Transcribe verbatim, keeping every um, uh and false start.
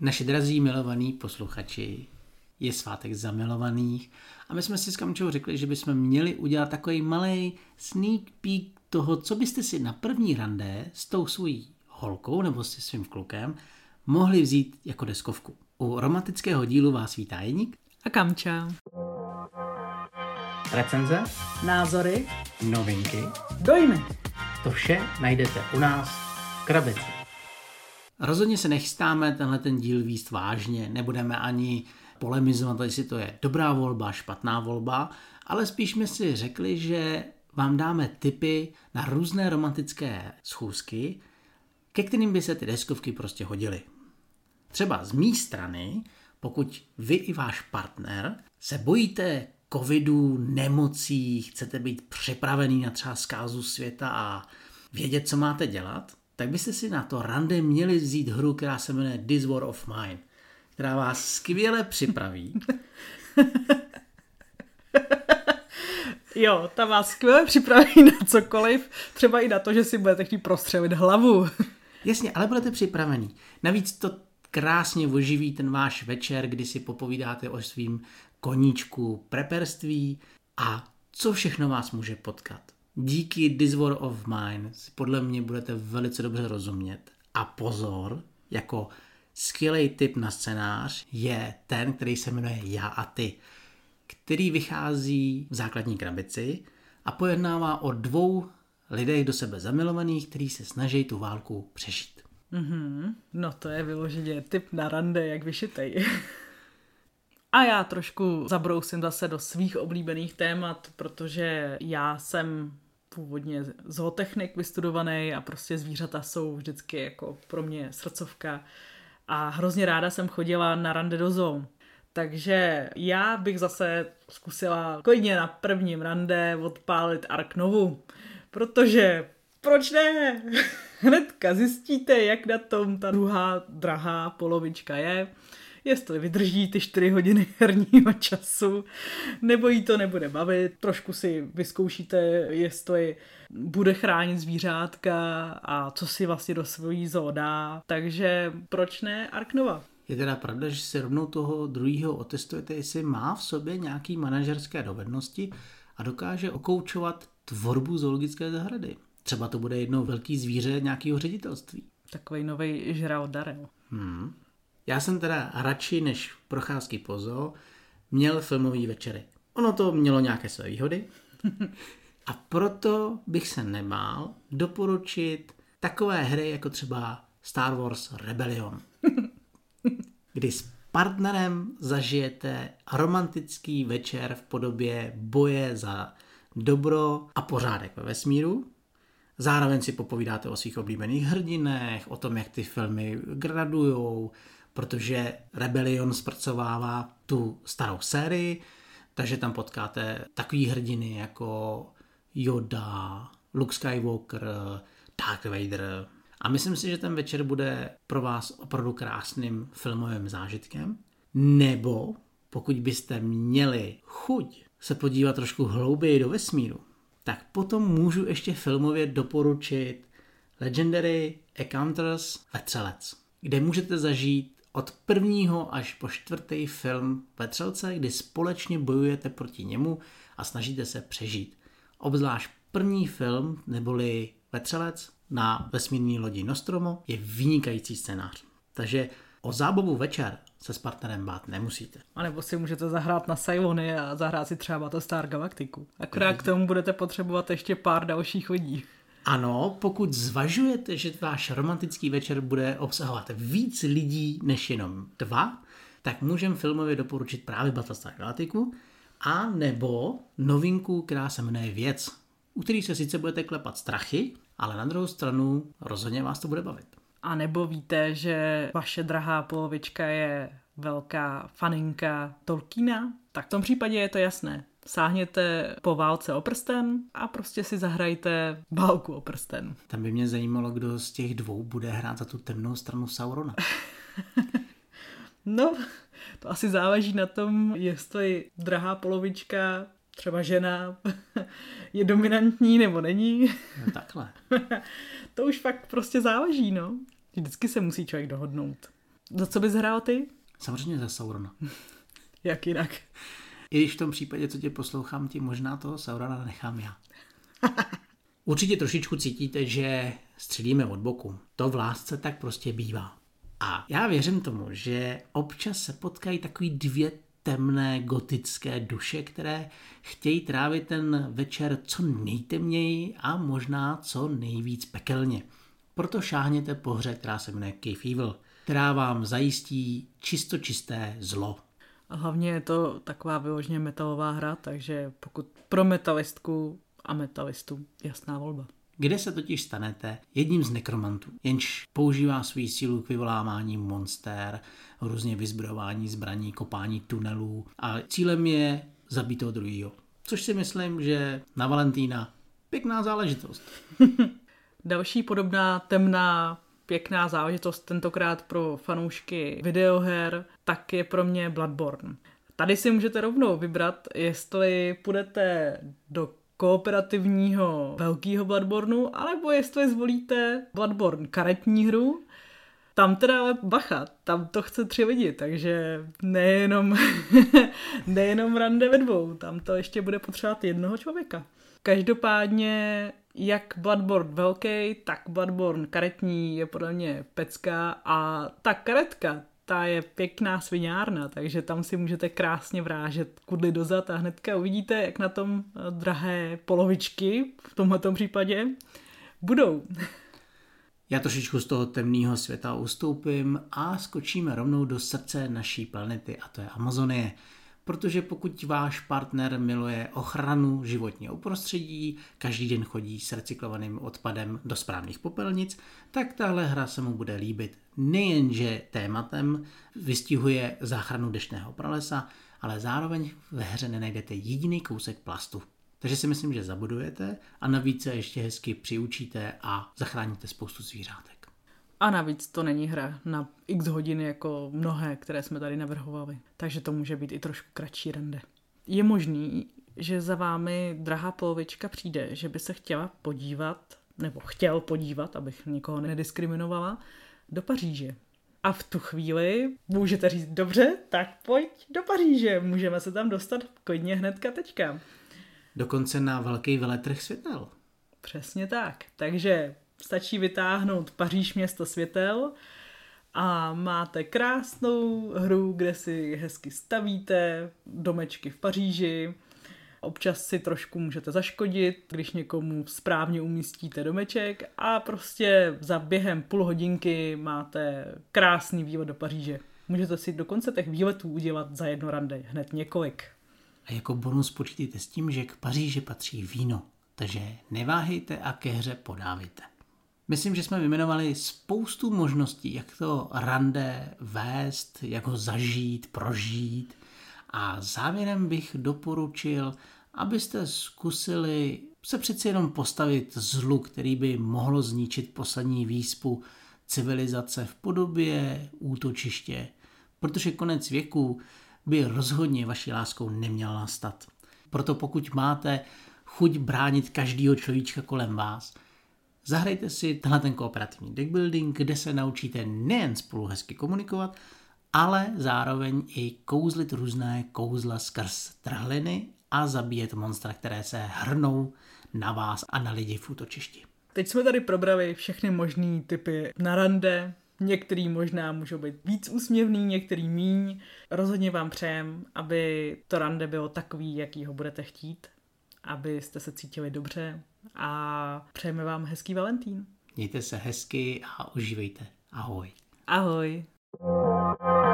Naši drazí milovaní posluchači, je svátek zamilovaných a my jsme si s Kamčou řekli, že bychom měli udělat takový malej sneak peek toho, co byste si na první rande s tou svojí holkou nebo se svým klukem mohli vzít jako deskovku. U romantického dílu vás vítá Jeník a Kamča. Recenze, názory, novinky, dojmy. To vše najdete u nás v krabici. Rozhodně se nechystáme tenhle ten díl víc vážně, nebudeme ani polemizovat, jestli to je dobrá volba, špatná volba, ale spíš jsme si řekli, že vám dáme tipy na různé romantické schůzky, ke kterým by se ty deskovky prostě hodily. Třeba z mé strany, pokud vy i váš partner se bojíte covidu, nemocí, chcete být připravený na třeba zkázu světa a vědět, co máte dělat, tak byste si na to rande měli vzít hru, která se jmenuje This War of Mine, která vás skvěle připraví. Jo, ta vás skvěle připraví na cokoliv, třeba i na to, že si budete chtít prostřelit hlavu. Jasně, ale budete připravení. Navíc to krásně oživí ten váš večer, kdy si popovídáte o svým koníčku preperství a co všechno vás může potkat. Díky This War of Mine si podle mě budete velice dobře rozumět. A pozor, jako skvělý tip na scénář je ten, který se jmenuje Já a ty, který vychází v základní krabici a pojednává o dvou lidech do sebe zamilovaných, kteří se snaží tu válku přežít. Mm-hmm. No to je vyloženě tip na rande, jak vyšitej. A já trošku zabrousím zase do svých oblíbených témat, protože já jsem původně zootechnik vystudovaný a prostě zvířata jsou vždycky jako pro mě srdcovka a hrozně ráda jsem chodila na rande do zoo. Takže já bych zase zkusila klidně na prvním rande odpálit Ark Novu, protože proč ne? Hnedka zjistíte, jak na tom ta druhá drahá polovička je, jestli vydrží ty čtyři hodiny herního času, nebo jí to nebude bavit, trošku si vyzkoušíte, jestli bude chránit zvířátka a co si vlastně do svojí zoo dá, takže proč ne Ark Nova? Je teda pravda, že si rovnou toho druhého otestujete, jestli má v sobě nějaký manažerské dovednosti a dokáže okoučovat tvorbu zoologické zahrady. Třeba to bude jedno velký zvíře nějakého ředitelství. Takovej novej žral Darel. Hmm. Já jsem teda radši než procházky po zoo měl filmový večery. Ono to mělo nějaké své výhody a proto bych se nebál doporučit takové hry jako třeba Star Wars Rebellion, kdy s partnerem zažijete romantický večer v podobě boje za dobro a pořádek ve vesmíru. Zároveň si popovídáte o svých oblíbených hrdinech, o tom, jak ty filmy gradujou, protože Rebellion zpracovává tu starou sérii, takže tam potkáte takový hrdiny jako Yoda, Luke Skywalker, Darth Vader. A myslím si, že ten večer bude pro vás opravdu krásným filmovým zážitkem. Nebo pokud byste měli chuť se podívat trošku hlouběji do vesmíru, tak potom můžu ještě filmově doporučit Legendary Encounters Vetřelec, kde můžete zažít od prvního až po čtvrtý film Vetřelce, kdy společně bojujete proti němu a snažíte se přežít. Obzvlášť první film, neboli Vetřelec na vesmírné lodi Nostromo, je vynikající scénář. Takže o zábavu večer se s partnerem bát nemusíte. A nebo si můžete zahrát na Cylony a zahrát si třeba Battlestar Galactiku. Akorát k tomu budete potřebovat ještě pár dalších lidí. Ano, pokud zvažujete, že váš romantický večer bude obsahovat víc lidí než jenom dva, tak můžeme filmově doporučit právě Battlestar Galactiku a nebo novinku, která se jmenuje Věc, u který se sice budete klepat strachy, ale na druhou stranu rozhodně vás to bude bavit. A nebo víte, že vaše drahá polovička je velká faninka Tolkiena? Tak v tom případě je to jasné. Sáhněte po válce o prsten a prostě si zahrajte válku o prsten. Tam by mě zajímalo, kdo z těch dvou bude hrát za tu temnou stranu Saurona. No, to asi záleží na tom, jestli drahá polovička, třeba žena, je dominantní nebo není. No takhle. To už fakt prostě záleží, no. Vždycky se musí člověk dohodnout. Za co bys hrál ty? Samozřejmě za Saurona. Jak jinak? I když v tom případě, co tě poslouchám, ti možná toho Saurona nechám já. Určitě trošičku cítíte, že střílíme od boku. To v lásce tak prostě bývá. A já věřím tomu, že občas se potkají takový dvě temné gotické duše, které chtějí trávit ten večer co nejtemněji a možná co nejvíc pekelně. Proto šáhněte po hře, která se jmenuje Cave Evil, která vám zajistí čisto čisté zlo. A hlavně je to taková vyloženě metalová hra, takže pokud pro metalistku a metalistu jasná volba. Kde se totiž stanete jedním z nekromantů, jenž používá svou sílu k vyvolávání monster, různě vyzbrojování zbraní, kopání tunelů a cílem je zabít toho druhýho. Což si myslím, že na Valentína pěkná záležitost. Další podobná temná pěkná záležitost, tentokrát pro fanoušky videoher, tak je pro mě Bloodborne. Tady si můžete rovnou vybrat, jestli půjdete do kooperativního velkého Bloodborneu, anebo jestli zvolíte Bloodborne karetní hru. Tam teda ale bacha, tam to chce tři lidi, takže nejenom, nejenom rande ve dvou, tam to ještě bude potřebovat jednoho člověka. Každopádně jak Bloodborne velký, tak Bloodborne karetní je podle mě pecka a ta karetka, ta je pěkná sviňárna, takže tam si můžete krásně vrážet kudly dozad a hnedka uvidíte, jak na tom drahé polovičky v tomhletom případě budou. Já trošičku z toho temného světa ustoupím a skočíme rovnou do srdce naší planety a to je Amazonie. Protože pokud váš partner miluje ochranu životního prostředí, každý den chodí s recyklovaným odpadem do správných popelnic, tak tahle hra se mu bude líbit. Nejenže tématem vystihuje záchranu deštného pralesa, ale zároveň ve hře nenajdete jediný kousek plastu. Takže si myslím, že zabudujete a navíc se ještě hezky přiučíte a zachráníte spoustu zvířátek. A navíc to není hra na x hodin jako mnohé, které jsme tady navrhovali. Takže to může být i trošku kratší rande. Je možný, že za vámi drahá polovička přijde, že by se chtěla podívat, nebo chtěl podívat, abych nikoho nediskriminovala, do Paříže. A v tu chvíli můžete říct, dobře, tak pojď do Paříže, můžeme se tam dostat klidně hnedka teďka. Dokonce na velký veletrh světel. Přesně tak. Takže stačí vytáhnout Paříž město světel a máte krásnou hru, kde si hezky stavíte domečky v Paříži. Občas si trošku můžete zaškodit, když někomu správně umístíte domeček a prostě za během půl hodinky máte krásný výlet do Paříže. Můžete si dokonce těch výletů udělat za jedno rande, hned několik. A jako bonus počítejte s tím, že k Paříži patří víno, takže neváhejte a ke hře podávejte. Myslím, že jsme vyjmenovali spoustu možností, jak to rande vést, jak ho zažít, prožít. A závěrem bych doporučil, abyste zkusili se přeci jenom postavit zlu, který by mohlo zničit poslední výspu civilizace v podobě útočiště, protože konec věku by rozhodně vaší láskou neměl nastat. Proto pokud máte chuť bránit každýho človíčka kolem vás, zahrajte si tenhle ten kooperativní deckbuilding, kde se naučíte nejen spolu hezky komunikovat, ale zároveň i kouzlit různé kouzla skrz trhliny a zabíjet monstra, které se hrnou na vás a na lidi v útočišti. Teď jsme tady probrali všechny možný typy na rande, některý možná můžou být víc úsměvný, některý míň. Rozhodně vám přejem, aby to rande bylo takový, jaký ho budete chtít, abyste se cítili dobře a přejeme vám hezký Valentín. Mějte se hezky a užívejte. Ahoj. Ahoj.